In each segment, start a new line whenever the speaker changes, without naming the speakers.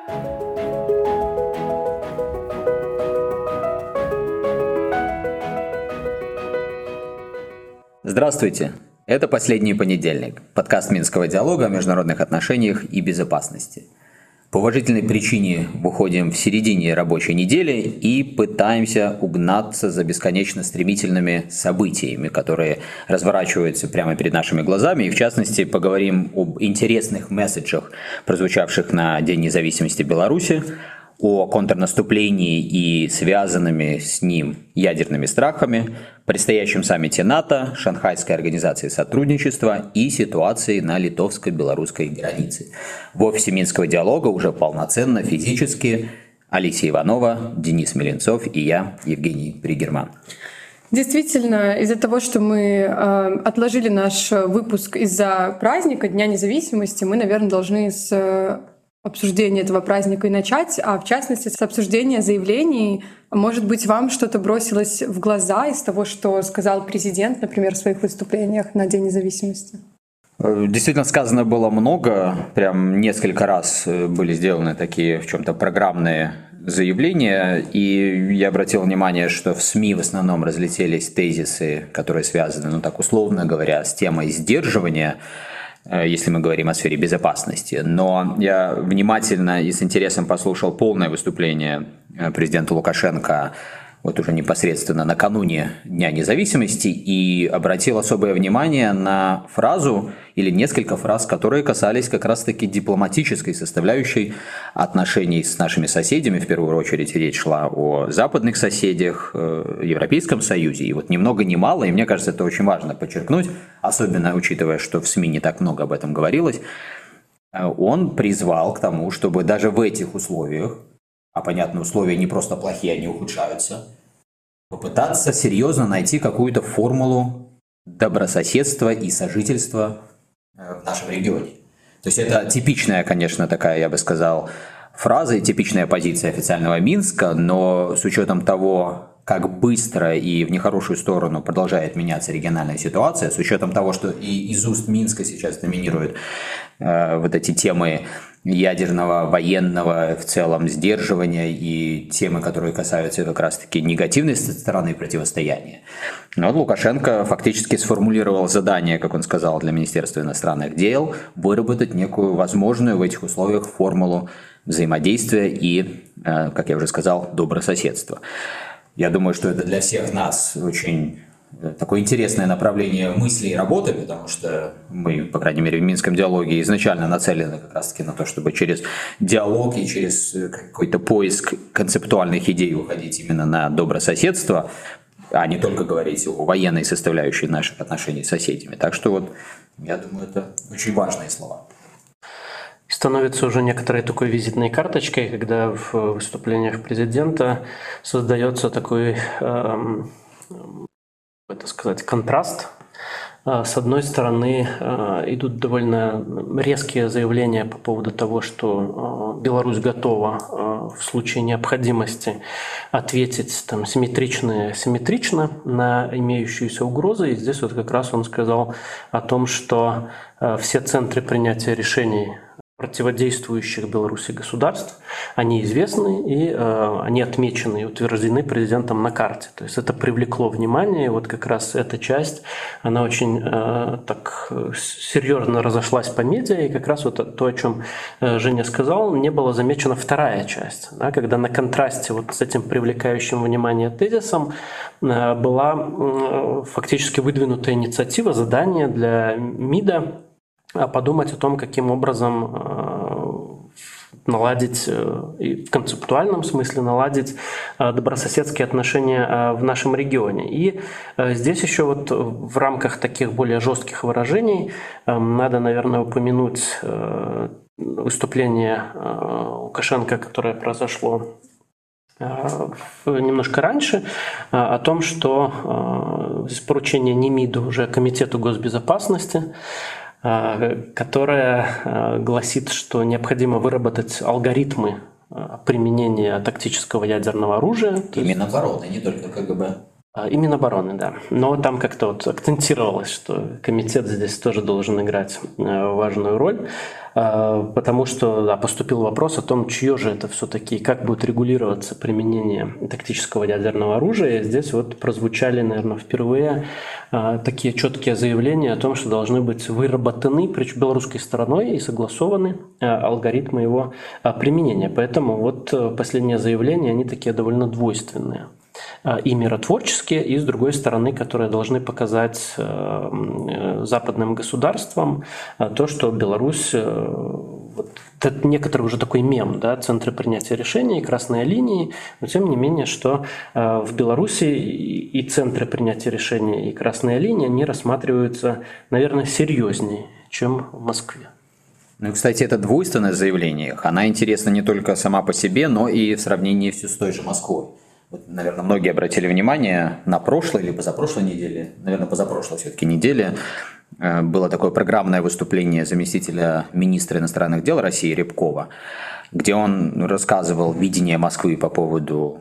Здравствуйте! Это «Последний понедельник» – подкаст Минского диалога о международных отношениях и безопасности. По уважительной причине выходим в середине рабочей недели и пытаемся угнаться за бесконечно стремительными событиями, которые разворачиваются прямо перед нашими глазами. И в частности поговорим об интересных месседжах, прозвучавших на День независимости Беларуси, о контрнаступлении и связанными с ним ядерными страхами, предстоящем саммите НАТО, Шанхайской организации сотрудничества и ситуации на литовско-белорусской границе. В офисе Минского диалога уже полноценно физически Алисия Иванова, Денис Меленцов и я, Евгений Пригерман.
Действительно, из-за того, что мы отложили наш выпуск из-за праздника Дня независимости, мы, наверное, должны с обсуждение этого праздника и начать, а в частности с обсуждения заявлений. Может быть, вам что-то бросилось в глаза из того, что сказал президент, например, в своих выступлениях на День независимости?
Действительно, сказано было много, прям несколько раз были сделаны такие в чем-то программные заявления, и я обратил внимание, что в СМИ в основном разлетелись тезисы, которые связаны, так условно говоря, с темой сдерживания, если мы говорим о сфере безопасности. Но я внимательно и с интересом послушал полное выступление президента Лукашенко вот уже непосредственно накануне Дня независимости и обратил особое внимание на фразу или несколько фраз, которые касались как раз-таки дипломатической составляющей отношений с нашими соседями. В первую очередь речь шла о западных соседях, Европейском Союзе. И вот ни много ни мало, и мне кажется, это очень важно подчеркнуть, особенно учитывая, что в СМИ не так много об этом говорилось, он призвал к тому, чтобы даже в этих условиях, а понятно, условия не просто плохие, они ухудшаются, попытаться серьезно найти какую-то формулу добрососедства и сожительства в нашем регионе. То есть это типичная, конечно, такая, я бы сказал, фраза и типичная позиция официального Минска, но с учетом того, как быстро и в нехорошую сторону продолжает меняться региональная ситуация, с учетом того, что и из уст Минска сейчас доминируют вот эти темы ядерного, военного, в целом сдерживания и темы, которые касаются как раз-таки негативной стороны противостояния. Но Лукашенко фактически сформулировал задание, как он сказал, для Министерства иностранных дел, выработать некую возможную в этих условиях формулу взаимодействия и, как я уже сказал, добрососедства. Я думаю, что это для всех нас очень такое интересное направление мысли и работы, потому что мы, по крайней мере, в Минском диалоге изначально нацелены как раз-таки на то, чтобы через диалог и через какой-то поиск концептуальных идей уходить именно на добрососедство, а не только говорить о военной составляющей наших отношений с соседями. Так что вот, я думаю, это очень важные слова.
Становится уже некоторой такой визитной карточкой, когда в выступлениях президента создается такой, это сказать, контраст. С одной стороны, идут довольно резкие заявления по поводу того, что Беларусь готова в случае необходимости ответить там, симметрично на имеющиеся угрозы. И здесь вот как раз он сказал о том, что все центры принятия решений противодействующих Беларуси государств, они известны и они отмечены и утверждены президентом на карте. То есть это привлекло внимание, и вот как раз эта часть, она очень так серьезно разошлась по медиа, и как раз вот то, о чем Женя сказал, не была замечена вторая часть, да, когда на контрасте вот с этим привлекающим внимание тезисом была фактически выдвинута инициатива, задание для МИДа подумать о том, каким образом наладить, и в концептуальном смысле наладить добрососедские отношения в нашем регионе. И здесь еще вот в рамках таких более жестких выражений надо, наверное, упомянуть выступление Лукашенко, которое произошло немножко раньше, о том, что здесь поручение не МИДу, уже Комитету госбезопасности, которая гласит, что необходимо выработать алгоритмы применения тактического ядерного оружия.
И Минобороны, не только КГБ.
И Минобороны, да. Но там как-то вот акцентировалось, что комитет здесь тоже должен играть важную роль, потому что да, поступил вопрос о том, чье же это все-таки, как будет регулироваться применение тактического ядерного оружия. И здесь вот прозвучали, наверное, впервые такие четкие заявления о том, что должны быть выработаны белорусской стороной и согласованы алгоритмы его применения. Поэтому вот последние заявления, они такие довольно двойственные. И миротворческие, и с другой стороны, которые должны показать западным государствам то, что Беларусь, вот, это некоторый уже такой мем, да, центры принятия решений, красные линии, но тем не менее, что в Беларуси и центры принятия решений, и красные линии, они рассматриваются, наверное, серьезнее, чем в Москве.
Ну, кстати, эта двойственность в заявлениях, она интересна не только сама по себе, но и в сравнении все с той же Москвой. Вот, наверное, многие обратили внимание на прошлой или позапрошлой неделе, наверное, позапрошлой все-таки неделе, было такое программное выступление заместителя министра иностранных дел России Рябкова, где он рассказывал видение Москвы по поводу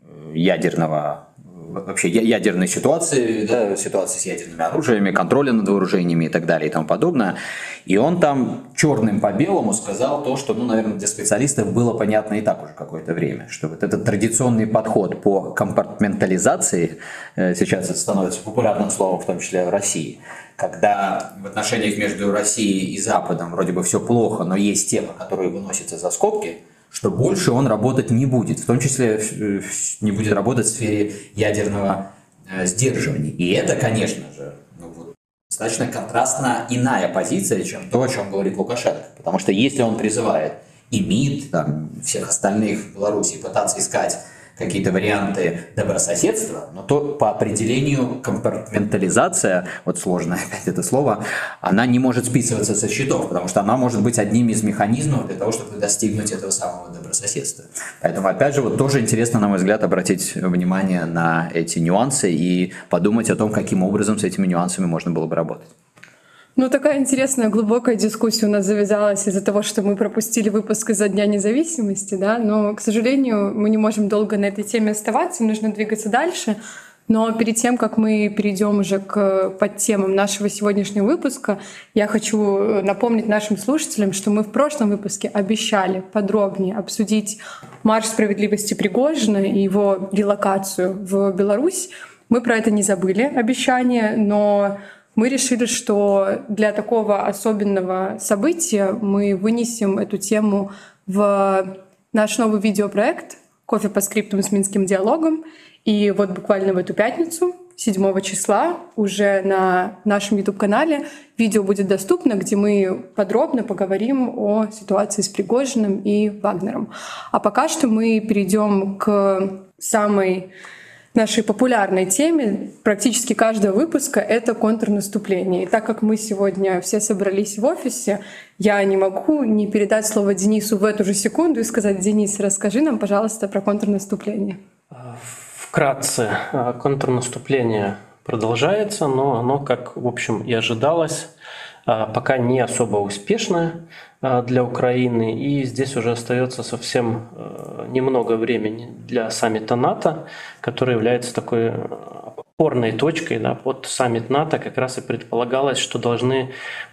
ядерной ситуации, да, ситуации с ядерными оружиями, контроля над вооружениями и так далее и тому подобное. И он там черным по белому сказал то, что, наверное, для специалистов было понятно и так уже какое-то время, что вот этот традиционный подход по компартментализации, сейчас это становится популярным словом, в том числе в России, когда в отношениях между Россией и Западом вроде бы все плохо, но есть темы, которые выносятся за скобки, что больше он работать не будет, в том числе не будет работать в сфере ядерного сдерживания. И это, конечно же, достаточно контрастно иная позиция, чем то, о чем говорит Лукашенко. Потому что если он призывает и МИД, всех остальных в Беларуси пытаться искать какие-то варианты добрососедства, но то по определению компартментализация, вот сложное опять это слово, она не может списываться со счетов, потому что она может быть одним из механизмов для того, чтобы достигнуть этого самого добрососедства. Поэтому, опять же, вот тоже интересно, на мой взгляд, обратить внимание на эти нюансы и подумать о том, каким образом с этими нюансами можно было бы работать.
Ну, такая интересная, глубокая дискуссия у нас завязалась из-за того, что мы пропустили выпуск из-за Дня независимости, да, но, к сожалению, мы не можем долго на этой теме оставаться, нужно двигаться дальше. Но перед тем, как мы перейдем уже к подтемам нашего сегодняшнего выпуска, я хочу напомнить нашим слушателям, что мы в прошлом выпуске обещали подробнее обсудить марш справедливости Пригожина и его релокацию в Беларусь. Мы про это не забыли, обещание, но мы решили, что для такого особенного события мы вынесем эту тему в наш новый видеопроект «Кофе по скриптум с Минским диалогом». И вот буквально в эту пятницу, 7 числа, уже на нашем YouTube-канале видео будет доступно, где мы подробно поговорим о ситуации с Пригожиным и Вагнером. А пока что мы перейдем к самой нашей популярной теме практически каждого выпуска — это контрнаступление. И так как мы сегодня все собрались в офисе, я не могу не передать слово Денису в эту же секунду и сказать: Денис, расскажи нам, пожалуйста, про контрнаступление.
Вкратце, контрнаступление продолжается, но оно, как, в общем, и ожидалось, пока не особо успешное для Украины, и здесь уже остается совсем немного времени для саммита НАТО, который является такой опорной точкой, да, под саммит НАТО как раз и предполагалось, что должны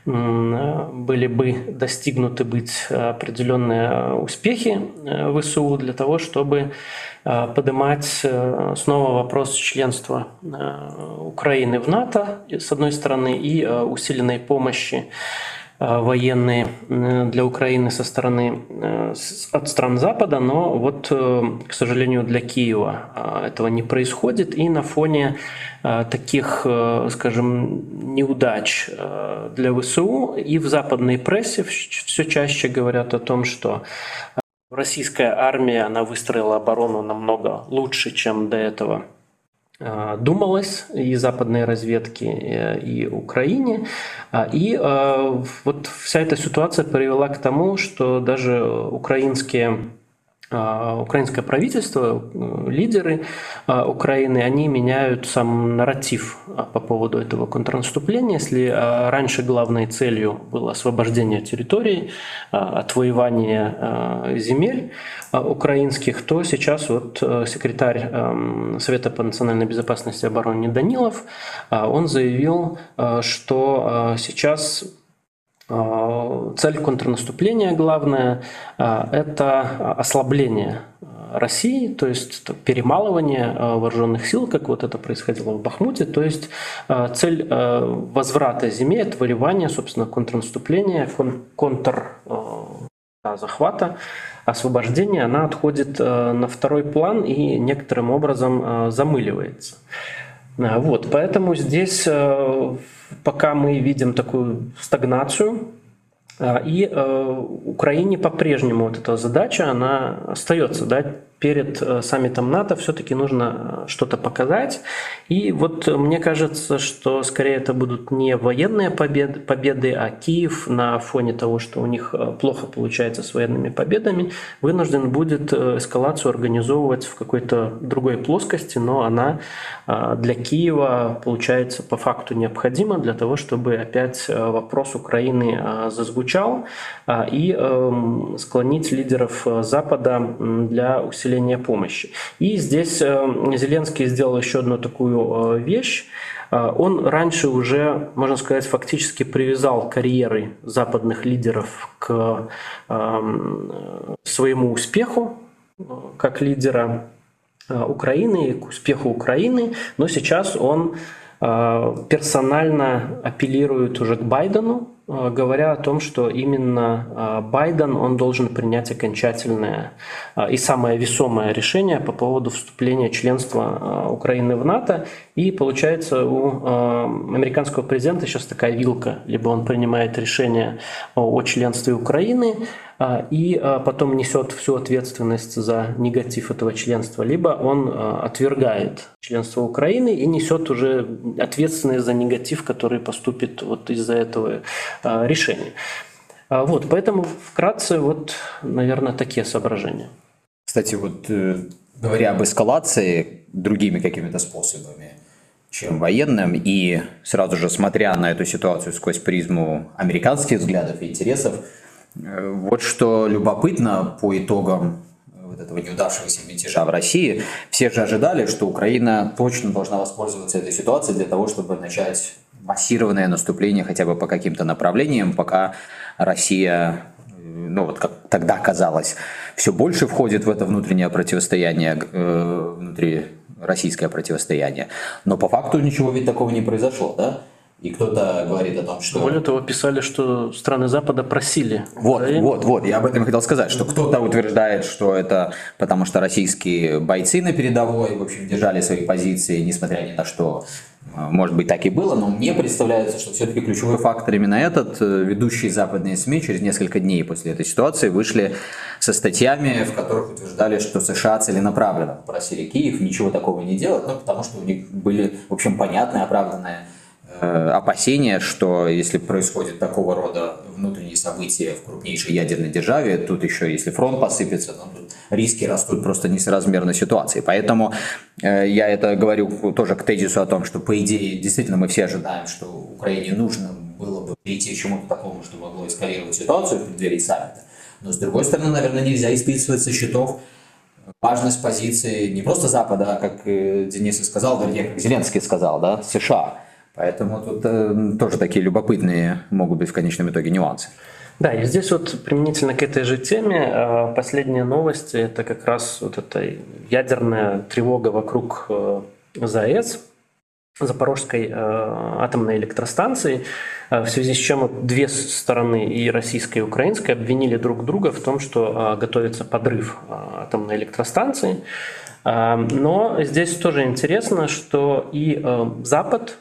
были бы достигнуты быть определенные успехи ВСУ для того, чтобы поднимать снова вопрос членства Украины в НАТО, с одной стороны, и усиленной помощи военные для Украины со стороны от стран Запада, но вот, к сожалению, для Киева этого не происходит, и на фоне таких, скажем, неудач для ВСУ и в западной прессе все чаще говорят о том, что российская армия, она выстроила оборону намного лучше, чем до этого думалось и западной разведки, и Украине. И вот вся эта ситуация привела к тому, что даже украинские украинское правительство, лидеры Украины, они меняют сам нарратив по поводу этого контрнаступления. Если раньше главной целью было освобождение территорий, отвоевание земель украинских, то сейчас вот секретарь Совета по национальной безопасности и обороне Данилов, он заявил, что сейчас цель контрнаступления главная – это ослабление России, то есть перемалывание вооруженных сил, как вот это происходило в Бахмуте, то есть цель возврата земель, отвоевания, собственно, контрнаступления, захвата, освобождения, она отходит на второй план и некоторым образом замыливается. Вот, поэтому здесь пока мы видим такую стагнацию, и Украине по-прежнему вот эта задача, она остается, да, перед саммитом НАТО все-таки нужно что-то показать. И вот мне кажется, что скорее это будут не военные победы, а Киев на фоне того, что у них плохо получается с военными победами, вынужден будет эскалацию организовывать в какой-то другой плоскости, но она для Киева получается по факту необходима для того, чтобы опять вопрос Украины зазвучал и склонить лидеров Запада для усиления помощи. И здесь Зеленский сделал еще одну такую вещь. Он раньше уже, можно сказать, фактически привязал карьеры западных лидеров к своему успеху как лидера Украины, к успеху Украины, но сейчас он персонально апеллирует уже к Байдену, говоря о том, что именно Байден, он должен принять окончательное и самое весомое решение по поводу вступления членства Украины в НАТО. И получается, у американского президента сейчас такая вилка. Либо он принимает решение о членстве Украины и потом несет всю ответственность за негатив этого членства, либо он отвергает членство Украины и несет уже ответственность за негатив, который поступит вот из-за этого решения. Вот, поэтому вкратце вот, наверное, такие соображения.
Кстати, вот говоря об эскалации другими какими-то способами, чем военным, и сразу же смотря на эту ситуацию сквозь призму американских взглядов и интересов, вот что любопытно по итогам вот этого неудавшегося мятежа в России, все же ожидали, что Украина точно должна воспользоваться этой ситуацией для того, чтобы начать массированное наступление хотя бы по каким-то направлениям, пока Россия, ну вот как тогда казалось, все больше входит в это внутреннее противостояние, внутрироссийское противостояние. Но по факту ничего ведь такого не произошло, да? И кто-то говорит о том, что...
Более того, писали, что страны Запада просили.
Вот, я об этом хотел сказать, что кто-то утверждает, что это потому, что российские бойцы на передовой, в общем, держали свои позиции, несмотря ни на что. Может быть, так и было, но мне представляется, что все-таки ключевой фактор именно этот. Ведущие западные СМИ через несколько дней после этой ситуации вышли со статьями, в которых утверждали, что США целенаправленно попросили Киев ничего такого не делать, ну, потому что у них были, в общем, понятные, оправданные опасения, что если происходит такого рода внутренние события в крупнейшей ядерной державе, тут еще если фронт посыпется, то тут риски растут просто несоразмерной ситуации. Поэтому я это говорю тоже к тезису о том, что по идее действительно мы все ожидаем, что Украине нужно было бы перейти к чему-то такому, что могло эскалировать ситуацию в преддверии саммита. Но с другой стороны, наверное, нельзя исписывать со счетов важность позиции не просто Запада, а как Денис и сказал, вернее, как Зеленский сказал, да, США. Поэтому тут тоже такие любопытные могут быть в конечном итоге нюансы.
Да, и здесь вот применительно к этой же теме последние новости – это как раз вот эта ядерная тревога вокруг ЗАЭС, Запорожской атомной электростанции, в связи с чем две стороны, и российская, и украинская, обвинили друг друга в том, что готовится подрыв атомной электростанции. Но здесь тоже интересно, что и Запад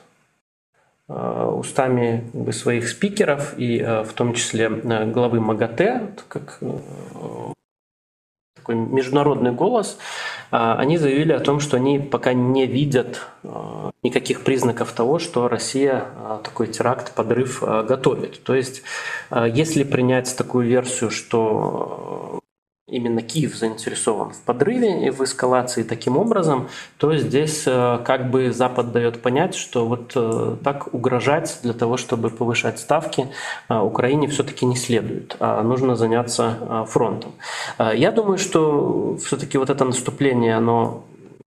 устами своих спикеров, и в том числе главы МАГАТЭ, как такой международный голос, они заявили о том, что они пока не видят никаких признаков того, что Россия такой теракт, подрыв готовит. То есть, если принять такую версию, что именно Киев заинтересован в подрыве и в эскалации таким образом, то здесь как бы Запад дает понять, что вот так угрожать для того, чтобы повышать ставки, Украине все-таки не следует, а нужно заняться фронтом. Я думаю, что все-таки вот это наступление, оно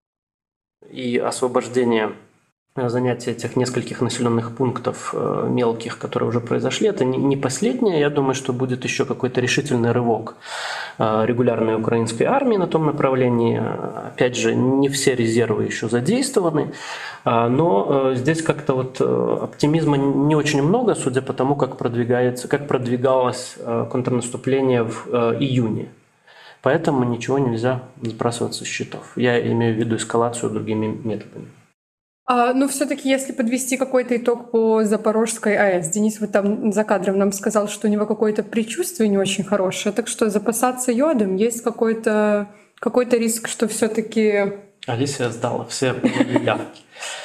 и освобождение, занятие этих нескольких населенных пунктов мелких, которые уже произошли, это не последнее. Я думаю, что будет еще какой-то решительный рывок регулярной украинской армии на том направлении. Опять же, не все резервы еще задействованы, но здесь как-то вот оптимизма не очень много, судя по тому, как продвигалось контрнаступление в июне. Поэтому ничего нельзя сбрасывать со счетов. Я имею в виду эскалацию другими методами.
Ну, все-таки, если подвести какой-то итог по Запорожской АЭС, Денис вот там за кадром нам сказал, что у него какое-то предчувствие не очень хорошее. Так что запасаться йодом, есть какой-то риск, что все-таки...
Алисия сдала все явки.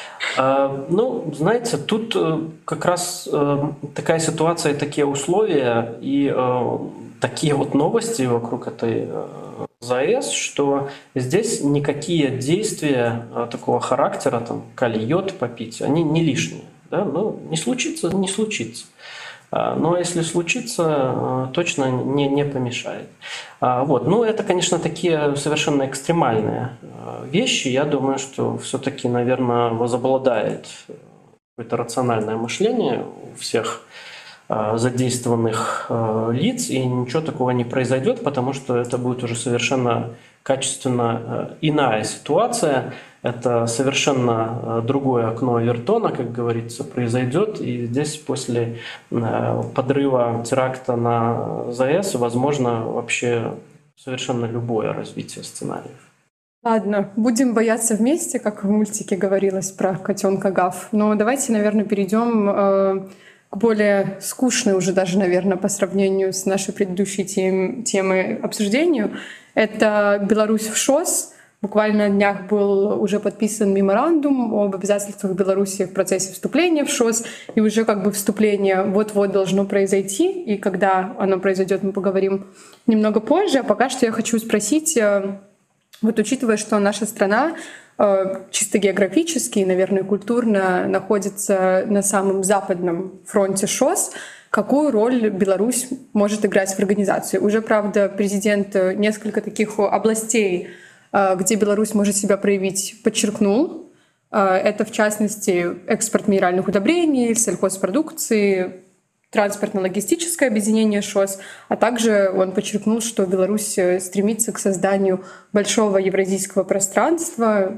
Ну, знаете, тут как раз такая ситуация, такие условия и такие вот новости вокруг этой ЗАЭС, что здесь никакие действия такого характера, там, калий йод попить, они не лишние. Да? Ну, не случится, не случится. Но если случится, точно не помешает. Вот. Ну, это, конечно, такие совершенно экстремальные вещи. Я думаю, что все-таки, наверное, возобладает какое-то рациональное мышление у всех задействованных лиц, и ничего такого не произойдет, потому что это будет уже совершенно качественно иная ситуация. Это совершенно другое окно Овертона, как говорится, произойдет. И здесь после подрыва теракта на ЗАЭС возможно вообще совершенно любое развитие сценариев.
Ладно, будем бояться вместе, как в мультике говорилось про котенка Гав. Но давайте, наверное, перейдем к более скучной уже даже, наверное, по сравнению с нашей предыдущей темой обсуждению. Это Беларусь в ШОС. Буквально на днях был уже подписан меморандум об обязательствах Беларуси в процессе вступления в ШОС. И уже как бы вступление вот-вот должно произойти. И когда оно произойдет, мы поговорим немного позже. А пока что я хочу спросить, вот учитывая, что наша страна чисто географически и, наверное, культурно находится на самом западном фронте ШОС, какую роль Беларусь может играть в организации? Уже, правда, президент несколько таких областей, где Беларусь может себя проявить, подчеркнул. Это, в частности, экспорт минеральных удобрений, сельхозпродукции, транспортно-логистическое объединение ШОС, а также он подчеркнул, что Беларусь стремится к созданию большого евразийского пространства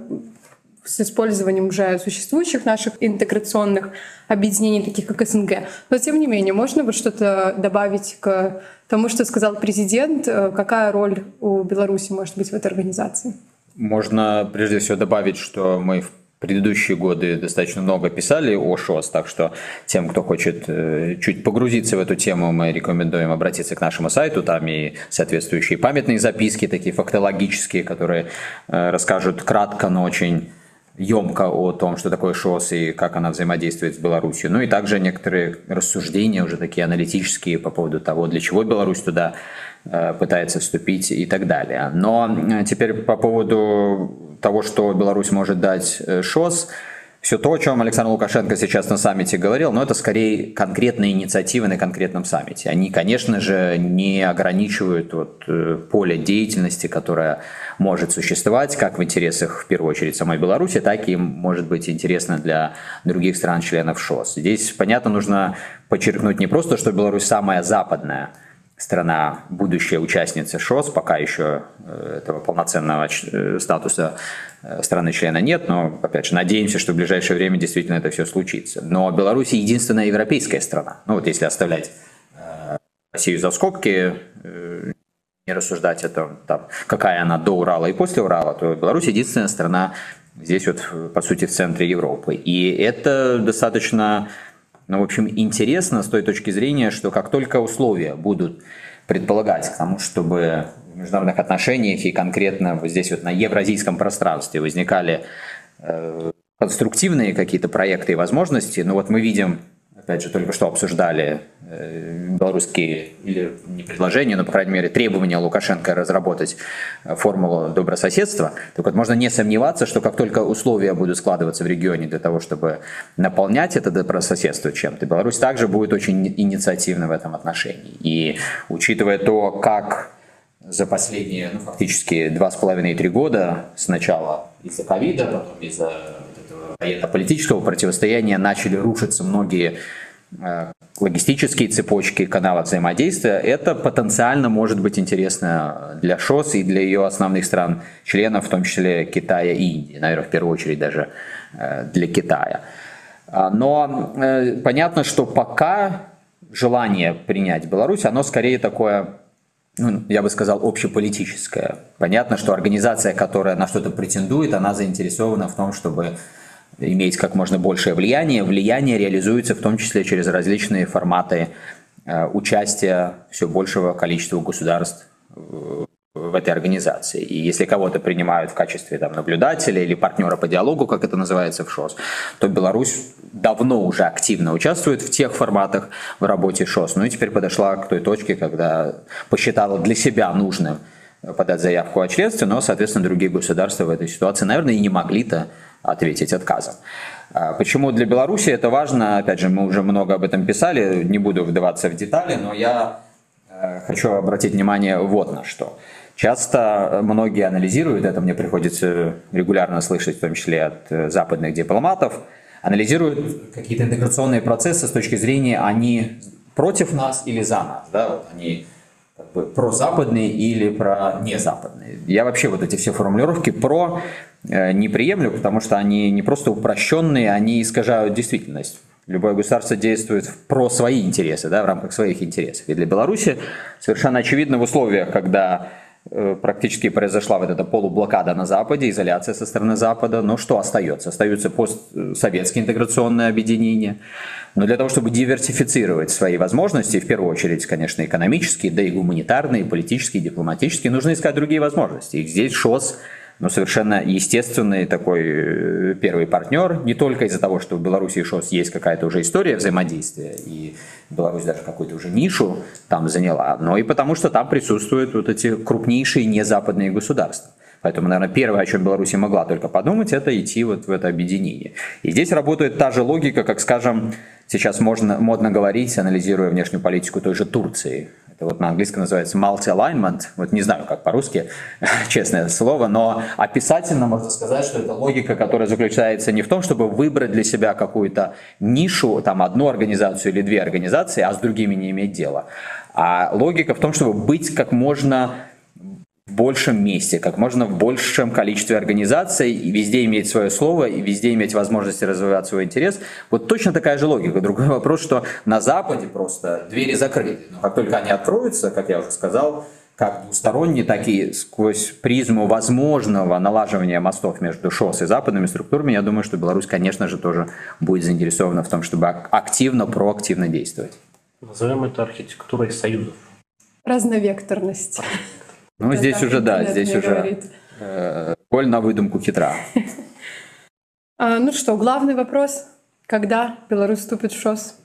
с использованием уже существующих наших интеграционных объединений, таких как СНГ. Но, тем не менее, можно вот что-то добавить к тому, что сказал президент? Какая роль у Беларуси может быть в этой организации?
Можно прежде всего добавить, что мы в предыдущие годы достаточно много писали о ШОС, так что тем, кто хочет чуть погрузиться в эту тему, мы рекомендуем обратиться к нашему сайту. Там и соответствующие памятные записки, такие фактологические, которые расскажут кратко, но очень емко о том, что такое ШОС и как она взаимодействует с Беларусью. Ну и также некоторые рассуждения уже такие аналитические по поводу того, для чего Беларусь туда пытается вступить и так далее. Но теперь по поводу того, что Беларусь может дать ШОС, все то, о чем Александр Лукашенко сейчас на саммите говорил, но это скорее конкретные инициативы на конкретном саммите. Они, конечно же, не ограничивают поле деятельности, которое может существовать как в интересах, в первую очередь, самой Беларуси, так и может быть интересно для других стран-членов ШОС. Здесь, понятно, нужно подчеркнуть не просто, что Беларусь самая западная страна, будущая участница ШОС, пока еще этого полноценного статуса страны-члена нет, но, опять же, надеемся, что в ближайшее время действительно это все случится. Но Беларусь единственная европейская страна. Ну вот если оставлять Россию за скобки, не рассуждать о том, там, какая она до Урала и после Урала, то Беларусь единственная страна здесь вот, по сути, в центре Европы. И это достаточно... в общем, интересно с той точки зрения, что как только условия будут предполагать к тому, чтобы в международных отношениях и конкретно вот здесь вот на евразийском пространстве возникали конструктивные какие-то проекты и возможности, ну вот мы видим опять же, только что обсуждали белорусские, или не предложения, но, по крайней мере, требования Лукашенко разработать формулу добрососедства. Так вот, можно не сомневаться, что как только условия будут складываться в регионе для того, чтобы наполнять это добрососедство чем-то, Беларусь также будет очень инициативна в этом отношении. И учитывая то, как за последние, фактически 2,5-3 года, сначала из-за ковида, потом из-за военно-политического противостояния начали рушиться многие логистические цепочки, каналы взаимодействия, это потенциально может быть интересно для ШОС и для ее основных стран-членов, в том числе Китая и Индии, наверное, в первую очередь даже для Китая. Но понятно, что пока желание принять Беларусь, оно скорее такое, я бы сказал, общеполитическое. Понятно, что организация, которая на что-то претендует, она заинтересована в том, чтобы иметь как можно большее влияние. Влияние реализуется в том числе через различные форматы участия все большего количества государств в этой организации. И если кого-то принимают в качестве наблюдателя или партнера по диалогу, как это называется в ШОС, то Беларусь давно уже активно участвует в тех форматах в работе ШОС. Ну и теперь подошла к той точке, когда посчитала для себя нужным подать заявку о членстве, но, соответственно, другие государства в этой ситуации, наверное, и не могли-то ответить отказом. Почему для Беларуси это важно? Опять же, мы уже много об этом писали, не буду вдаваться в детали, но я хочу обратить внимание вот на что. Часто многие анализируют, это мне приходится регулярно слышать, в том числе от западных дипломатов, анализируют какие-то интеграционные процессы с точки зрения, они против нас или за нас. Да? Вот они прозападные или про незападные. Я вообще вот эти все формулировки про не приемлю, потому что они не просто упрощенные, они искажают действительность. Любое государство действует про свои интересы, да, в рамках своих интересов. И для Беларуси совершенно очевидно в условиях, когда практически произошла вот эта полублокада на Западе, изоляция со стороны Запада, но что остается? Остаются постсоветские интеграционные объединения. Но для того, чтобы диверсифицировать свои возможности, в первую очередь, конечно, экономические, да и гуманитарные, политические, дипломатические, нужно искать другие возможности. И здесь ШОС совершенно естественный такой первый партнер, не только из-за того, что в Беларуси и ШОС есть какая-то уже история взаимодействия, и Беларусь даже какую-то уже нишу там заняла, но и потому, что там присутствуют вот эти крупнейшие незападные государства. Поэтому, наверное, первое, о чем Беларусь могла только подумать, это идти вот в это объединение. И здесь работает та же логика, как, скажем, сейчас модно говорить, анализируя внешнюю политику той же Турции. Это вот на английском называется multi-alignment. Вот не знаю, как по-русски, честное слово, но описательно можно сказать, что это логика, которая заключается не в том, чтобы выбрать для себя какую-то нишу, там одну организацию или две организации, а с другими не иметь дела. А логика в том, чтобы быть как можно в большем месте, как можно в большем количестве организаций, и везде иметь свое слово, и везде иметь возможность развивать свой интерес. Вот точно такая же логика. Другой вопрос, что на Западе просто двери закрыты. Но как только они откроются, как я уже сказал, как двусторонние, так и сквозь призму возможного налаживания мостов между ШОС и западными структурами, я думаю, что Беларусь, конечно же, тоже будет заинтересована в том, чтобы активно, проактивно действовать.
Назовем это архитектурой союзов.
Разновекторность.
Ну, здесь уже, да, здесь уже Коль на выдумку хитра.
Ну что, главный вопрос. Когда Беларусь вступит в ШОС?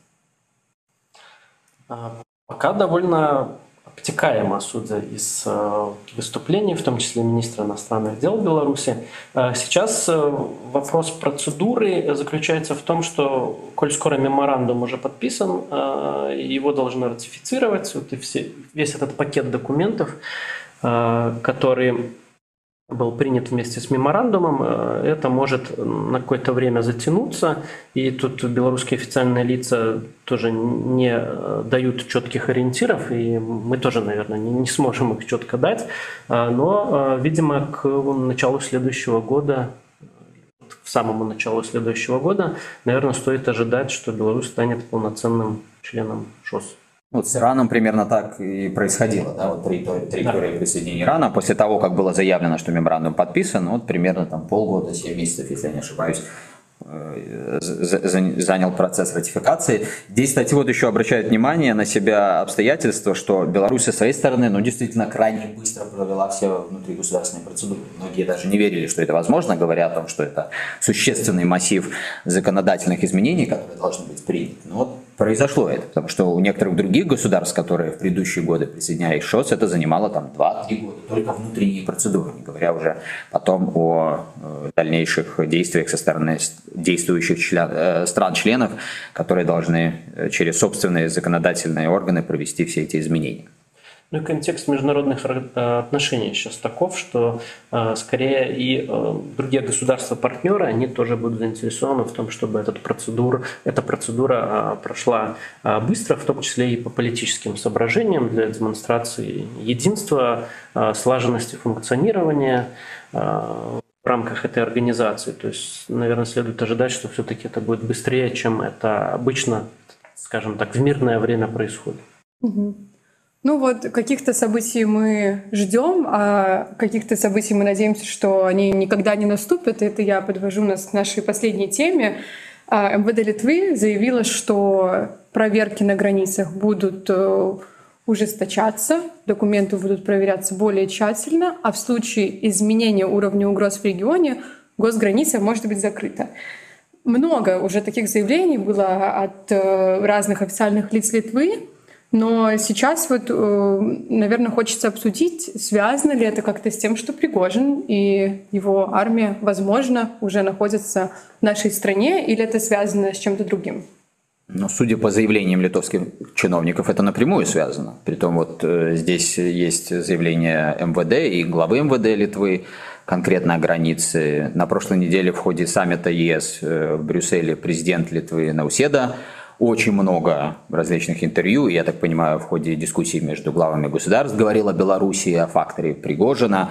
Пока довольно обтекаемо, судя из выступлений, в том числе министра иностранных дел Беларуси. Сейчас вопрос процедуры заключается в том, что, коль скоро меморандум уже подписан, его должны ратифицировать, вот и весь этот пакет документов, который был принят вместе с меморандумом, это может на какое-то время затянуться, и тут белорусские официальные лица тоже не дают четких ориентиров, и мы тоже, наверное, не сможем их четко дать, но, видимо, к началу следующего года, к самому началу следующего года, наверное, стоит ожидать, что Беларусь станет полноценным членом ШОС.
Вот с Ираном примерно так и происходило, да, вот траектория присоединения Ирана. После того, как было заявлено, что меморандум подписан, вот примерно там полгода, 7 месяцев, если я не ошибаюсь, занял процесс ратификации. Здесь, кстати, вот еще обращают внимание на себя обстоятельства, что Беларусь со своей стороны, действительно крайне быстро провела все внутригосударственные процедуры. Многие даже не верили, что это возможно, говоря о том, что это существенный массив законодательных изменений, которые должны быть приняты. Но вот произошло это, потому что у некоторых других государств, которые в предыдущие годы присоединялись к ШОС, это занимало там 2-3 года, только внутренние процедуры, не говоря уже потом о дальнейших действиях со стороны действующих стран-членов, которые должны через собственные законодательные органы провести все эти изменения.
Ну и контекст международных отношений сейчас таков, что скорее и другие государства-партнеры, они тоже будут заинтересованы в том, чтобы эта процедура прошла быстро, в том числе и по политическим соображениям для демонстрации единства, слаженности функционирования в рамках этой организации. То есть, наверное, следует ожидать, что все-таки это будет быстрее, чем это обычно, скажем так, в мирное время происходит.
Ну вот, каких-то событий мы ждем, а каких-то событий мы надеемся, что они никогда не наступят. Это я подвожу нас к нашей последней теме. МВД Литвы заявило, что проверки на границах будут ужесточаться, документы будут проверяться более тщательно, а в случае изменения уровня угроз в регионе госграница может быть закрыта. Много уже таких заявлений было от разных официальных лиц Литвы. Но сейчас вот, наверное, хочется обсудить, связано ли это как-то с тем, что Пригожин и его армия, возможно, уже находятся в нашей стране, или это связано с чем-то другим?
Ну, судя по заявлениям литовских чиновников, это напрямую связано. Притом вот здесь есть заявление МВД и главы МВД Литвы конкретно о границе. На прошлой неделе в ходе саммита ЕС в Брюсселе президент Литвы Науседа очень много различных интервью, я так понимаю, в ходе дискуссий между главами государств говорил о Беларуси, о факторе Пригожина.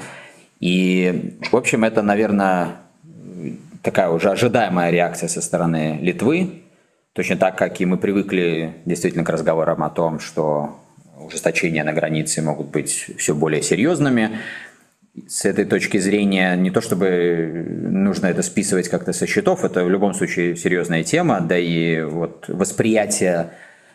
И, в общем, это, наверное, такая уже ожидаемая реакция со стороны Литвы. Точно так, как и мы привыкли действительно к разговорам о том, что ужесточения на границе могут быть все более серьезными. С этой точки зрения не то чтобы нужно это списывать как-то со счетов, это в любом случае серьезная тема, да и вот восприятие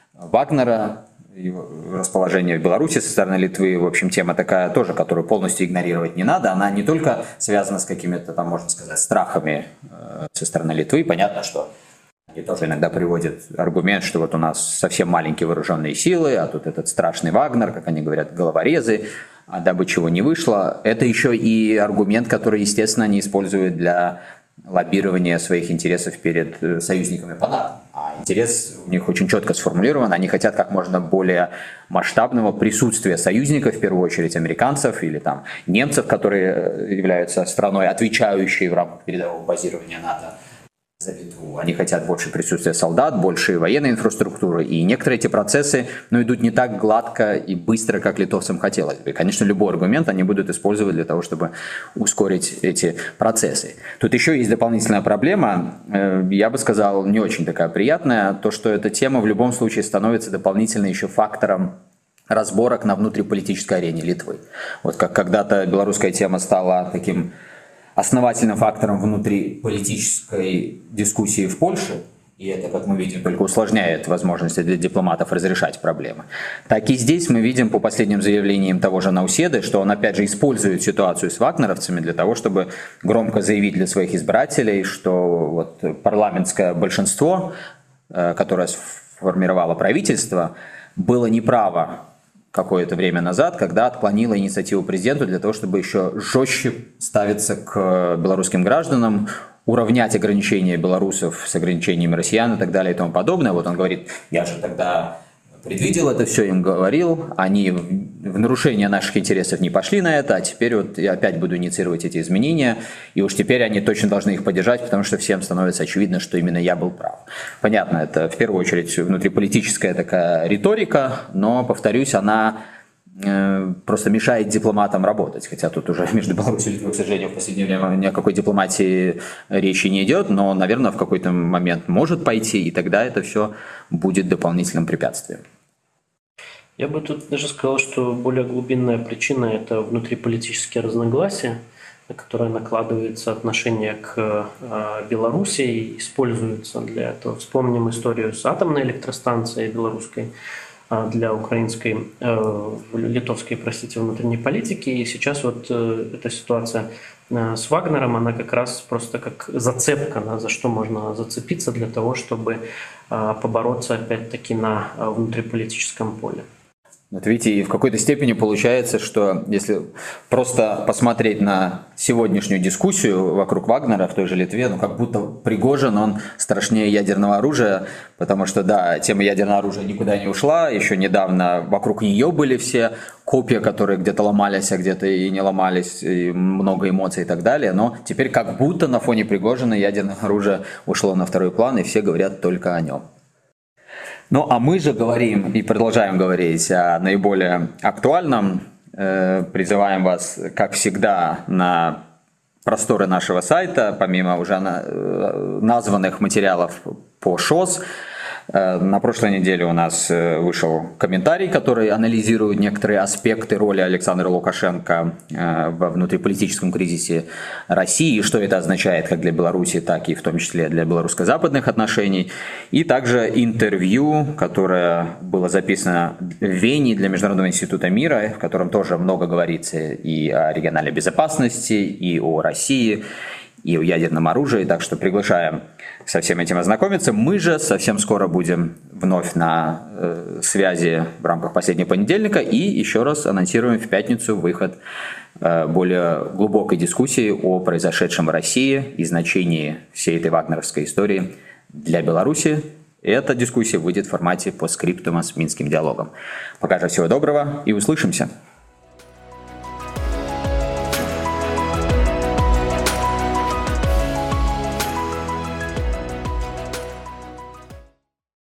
Вагнера, его расположение в Беларуси со стороны Литвы, в общем, тема такая тоже, которую полностью игнорировать не надо, она не только связана с какими-то там, можно сказать, страхами со стороны Литвы, понятно, что они тоже иногда приводят аргумент, что вот у нас совсем маленькие вооруженные силы, а тут этот страшный Вагнер, как они говорят, головорезы, а дабы чего не вышло. Это еще и аргумент, который, естественно, они используют для лоббирования своих интересов перед союзниками по НАТО. А интерес у них очень четко сформулирован. Они хотят как можно более масштабного присутствия союзников, в первую очередь американцев или там немцев, которые являются страной, отвечающей в рамках передового базирования НАТО за Литву. Они хотят больше присутствия солдат, больше военной инфраструктуры. И некоторые эти процессы идут не так гладко и быстро, как литовцам хотелось бы. И, конечно, любой аргумент они будут использовать для того, чтобы ускорить эти процессы. Тут еще есть дополнительная проблема, я бы сказал, не очень такая приятная, то, что эта тема в любом случае становится дополнительно еще фактором разборок на внутриполитической арене Литвы. Вот как когда-то белорусская тема стала таким основательным фактором внутриполитической дискуссии в Польше, и это, как мы видим, только усложняет возможности для дипломатов разрешать проблемы. Так и здесь мы видим по последним заявлениям того же Науседы, что он опять же использует ситуацию с вагнеровцами для того, чтобы громко заявить для своих избирателей, что вот парламентское большинство, которое сформировало правительство, было неправо какое-то время назад, когда отклонила инициативу президента для того, чтобы еще жестче ставиться к белорусским гражданам, уравнять ограничения белорусов с ограничениями россиян и так далее и тому подобное. Вот он говорит, я же тогда предвидел это все, им говорил, они в нарушение наших интересов не пошли на это, а теперь вот я опять буду инициировать эти изменения, и уж теперь они точно должны их поддержать, потому что всем становится очевидно, что именно я был прав. Понятно, это в первую очередь внутриполитическая такая риторика, но, повторюсь, она просто мешает дипломатам работать, хотя тут уже между Беларусью и Литвой, к сожалению, в последнее время ни о какой дипломатии речи не идет, но, наверное, в какой-то момент может пойти, и тогда это все будет дополнительным препятствием.
Я бы тут даже сказал, что более глубинная причина – это внутриполитические разногласия, на которые накладывается отношение к Беларуси и используется для этого. Вспомним историю с атомной электростанцией белорусской. для украинской, литовской, простите, внутренней политики. И сейчас вот эта ситуация с Вагнером, она как раз просто как зацепка, за что можно зацепиться для того, чтобы побороться опять-таки на внутриполитическом поле.
Вот видите, и в какой-то степени получается, что если просто посмотреть на сегодняшнюю дискуссию вокруг Вагнера в той же Литве, как будто Пригожин, он страшнее ядерного оружия, потому что, да, тема ядерного оружия никуда не ушла, еще недавно вокруг нее были все копья, которые где-то ломались, а где-то и не ломались, и много эмоций и так далее, но теперь как будто на фоне Пригожина ядерное оружие ушло на второй план, и все говорят только о нем. Ну, а мы же говорим и продолжаем говорить о наиболее актуальном. Призываем вас, как всегда, на просторы нашего сайта, помимо уже названных материалов по ШОС. На прошлой неделе у нас вышел комментарий, который анализирует некоторые аспекты роли Александра Лукашенко во внутриполитическом кризисе России, и что это означает как для Беларуси, так и в том числе для белорусско-западных отношений. И также интервью, которое было записано в Вене для Международного института мира, в котором тоже много говорится и о региональной безопасности, и о России, и о ядерном оружии, так что приглашаем со всем этим ознакомиться. Мы же совсем скоро будем вновь на связи в рамках последнего понедельника и еще раз анонсируем в пятницу выход более глубокой дискуссии о произошедшем в России и значении всей этой вагнеровской истории для Беларуси. Эта дискуссия выйдет в формате постскриптума с Минским диалогом. Пока же всего доброго и услышимся!